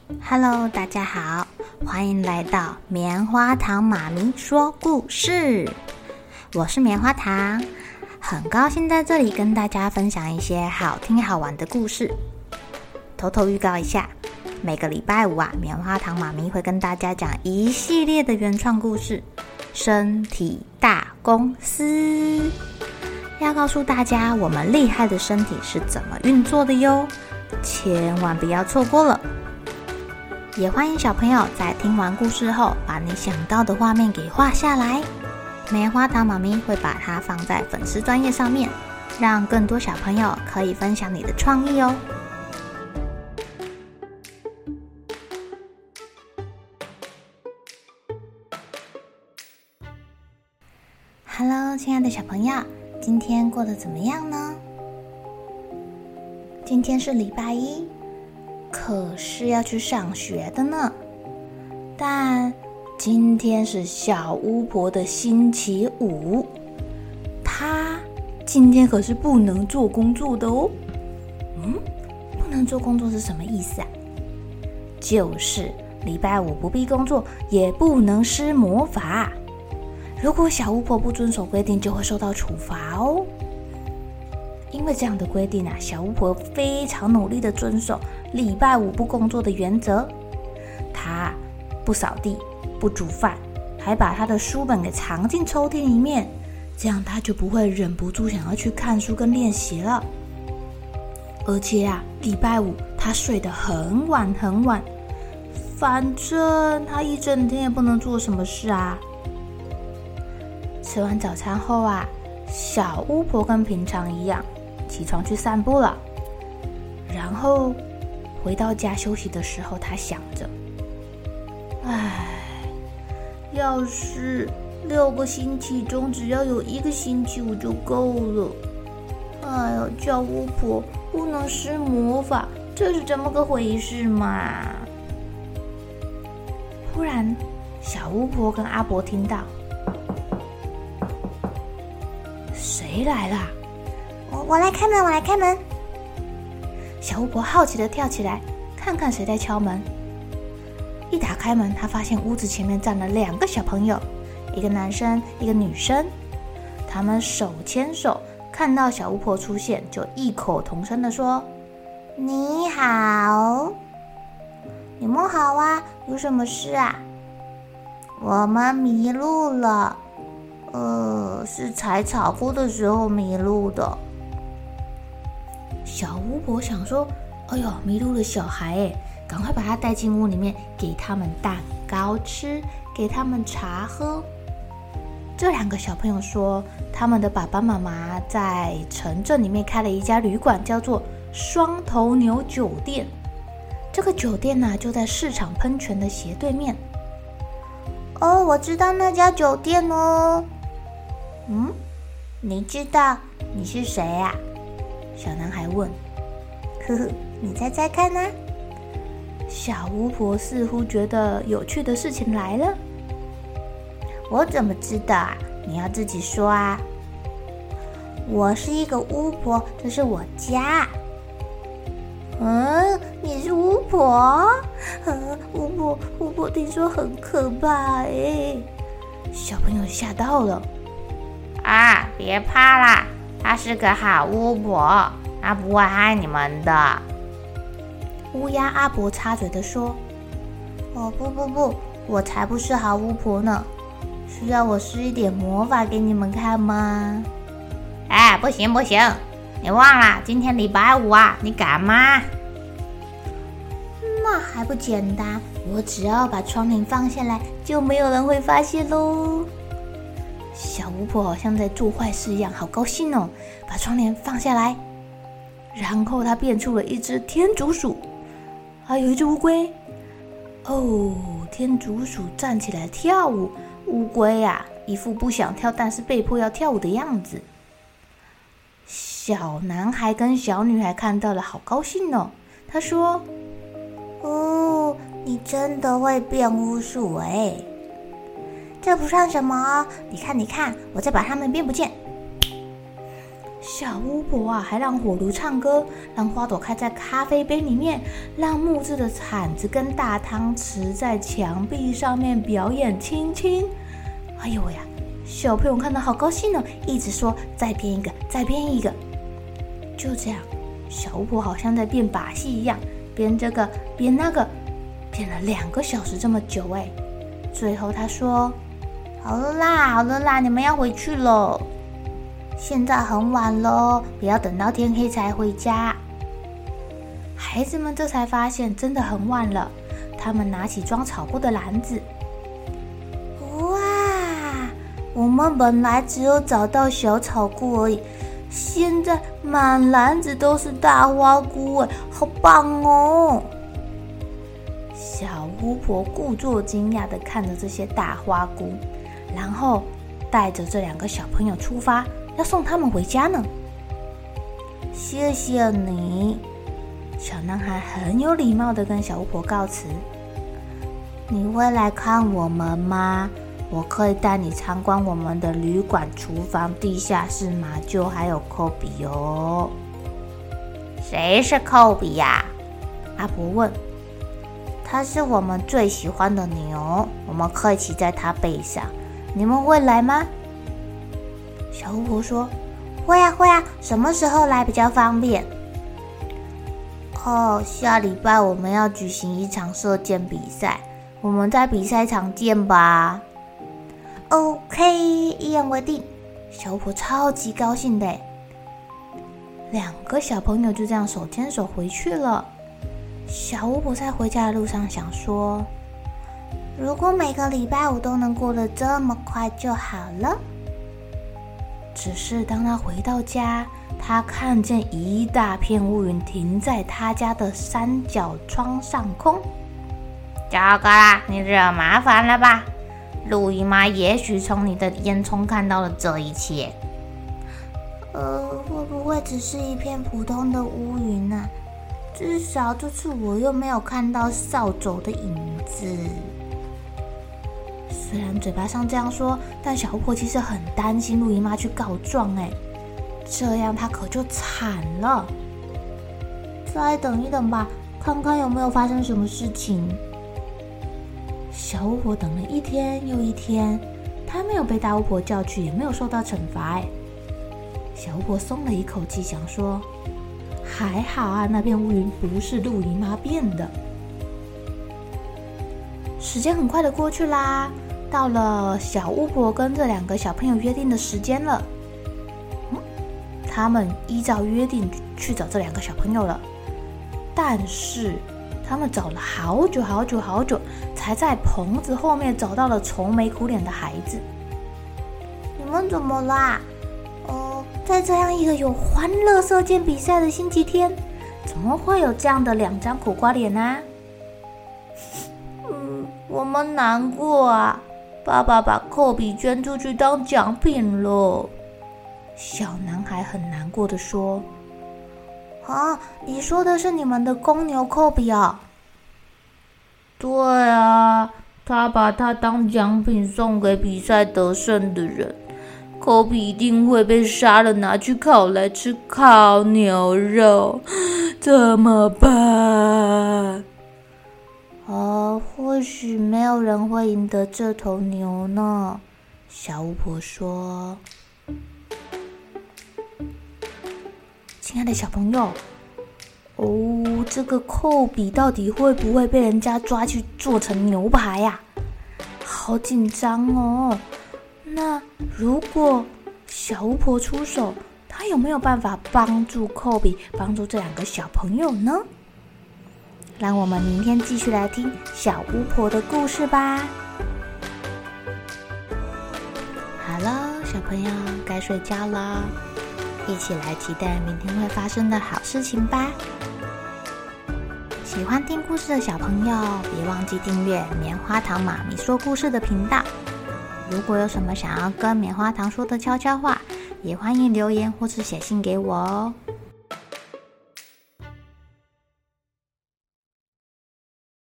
Hello， 大家好，欢迎来到棉花糖妈咪说故事。我是棉花糖，很高兴在这里跟大家分享一些好听好玩的故事。偷偷预告一下，每个礼拜五棉花糖妈咪会跟大家讲一系列的原创故事，身体大公司，要告诉大家我们厉害的身体是怎么运作的哟，千万不要错过了。也欢迎小朋友在听完故事后，把你想到的画面给画下来。棉花糖妈咪会把它放在粉丝专页上面，让更多小朋友可以分享你的创意哦。Hello， 亲爱的小朋友，今天过得怎么样呢？今天是礼拜一，可是要去上学的呢。但今天是小巫婆的星期五，她今天可是不能做工作的哦。不能做工作是什么意思啊？就是礼拜五不必工作，也不能施魔法。如果小巫婆不遵守规定，就会受到处罚哦。因为这样的规定小巫婆非常努力的遵守礼拜五不工作的原则。她不扫地，不煮饭，还把她的书本给藏进抽屉里面，这样她就不会忍不住想要去看书跟练习了。而且礼拜五她睡得很晚很晚，反正她一整天也不能做什么事啊。吃完早餐后小巫婆跟平常一样起床去散步了。然后回到家休息的时候，她想着，要是6个星期中只要有1个星期五就够了。叫巫婆不能施魔法，这是怎么个回事嘛？忽然小巫婆跟阿伯听到，谁来啦？我来开门，我来开门。小巫婆好奇的跳起来，看看谁在敲门。一打开门，她发现屋子前面站了2个小朋友，一个男生，一个女生。他们手牵手，看到小巫婆出现，就异口同声的说：“你好。”“你们好啊，有什么事啊？”“我们迷路了。是采草夫的时候迷路的。”小巫婆想说，迷路了小孩赶快把他带进屋里面，给他们蛋糕吃，给他们茶喝。这2个小朋友说，他们的爸爸妈妈在城镇里面开了一家旅馆，叫做双头牛酒店。这个酒店就在市场喷泉的斜对面。我知道那家酒店哦。你知道？你是谁啊？小男孩问。你猜猜看啊。小巫婆似乎觉得有趣的事情来了。我怎么知道啊？你要自己说啊。我是一个巫婆，这是我家。你是巫婆？巫婆听说很可怕小朋友吓到了。别怕啦，她是个好巫婆，她不会害你们的。乌鸦阿伯插嘴地说：“不，我才不是好巫婆呢，需要我施一点魔法给你们看吗？”不行，你忘了今天礼拜五你敢吗？那还不简单，我只要把窗帘放下来，就没有人会发现咯。小巫婆好像在做坏事一样，好高兴哦！把窗帘放下来，然后她变出了一只天竺鼠，还有一只乌龟。天竺鼠站起来跳舞，乌龟一副不想跳但是被迫要跳舞的样子。小男孩跟小女孩看到了，好高兴哦！他说：“你真的会变巫术这不算什么，你看，我再把它们变不见。” 小巫婆啊，还让火炉唱歌，让花朵开在咖啡杯里面，让木质的铲子跟大汤匙在墙壁上面表演亲亲。哎呦呀，小朋友看得好高兴哦，一直说再编一个，再编一个。就这样，小巫婆好像在变把戏一样，编这个编那个，编了2个小时这么久哎。最后她说：“好了啦，你们要回去了。现在很晚了，不要等到天黑才回家。”孩子们这才发现真的很晚了，他们拿起装草菇的篮子。哇，我们本来只有找到小草菇而已，现在满篮子都是大花菇哎，好棒哦！小巫婆故作惊讶地看着这些大花菇，然后带着这2个小朋友出发，要送他们回家呢。谢谢你，小男孩很有礼貌地跟小巫婆告辞。你会来看我们吗？我可以带你参观我们的旅馆、厨房、地下室、马厩，还有寇比哦。谁是寇比呀？阿婆问。他是我们最喜欢的牛，我们可以骑在他背上。你们会来吗？小巫婆说：“会啊，什么时候来比较方便？”下礼拜我们要举行一场射箭比赛，我们在比赛场见吧。OK， 一言为定。小巫婆超级高兴的，2个小朋友就这样手牵手回去了。小巫婆在回家的路上想说，如果每个礼拜5都能过得这么快就好了。只是当她回到家，她看见一大片乌云停在她家的3角窗上空。糟糕啦，你惹麻烦了吧？路姨妈也许从你的烟囱看到了这一切。会不会只是一片普通的乌云啊？至少这次我又没有看到扫帚的影子。虽然嘴巴上这样说，但小巫婆其实很担心路姨妈去告状这样她可就惨了。再等一等吧，看看有没有发生什么事情。小巫婆等了1天又1天，她没有被大巫婆叫去，也没有受到惩罚小巫婆松了一口气，想说还好啊，那片乌云不是路姨妈变的。时间很快的过去啦，到了小巫婆跟这2个小朋友约定的时间了。他们依照约定去找这2个小朋友了，但是他们找了好久，才在棚子后面找到了愁眉苦脸的孩子。你们怎么啦？在这样一个有欢乐射箭比赛的星期天，怎么会有这样的2张苦瓜脸呢？我们难过啊，爸爸把寇比捐出去当奖品了。小男孩很难过的说：“你说的是你们的公牛寇比啊？”“对啊，他把它当奖品送给比赛得胜的人。寇比一定会被杀了，拿去烤来吃烤牛肉，怎么办？”“或许没有人会赢得这头牛呢。”小巫婆说。亲爱的小朋友，这个寇比到底会不会被人家抓去做成牛排呀？好紧张哦。那如果小巫婆出手，她有没有办法帮助寇比，帮助这2个小朋友呢？让我们明天继续来听小巫婆的故事吧。好了，小朋友该睡觉了，一起来期待明天会发生的好事情吧。喜欢听故事的小朋友，别忘记订阅棉花糖妈咪说故事的频道。如果有什么想要跟棉花糖说的悄悄话，也欢迎留言或是写信给我哦。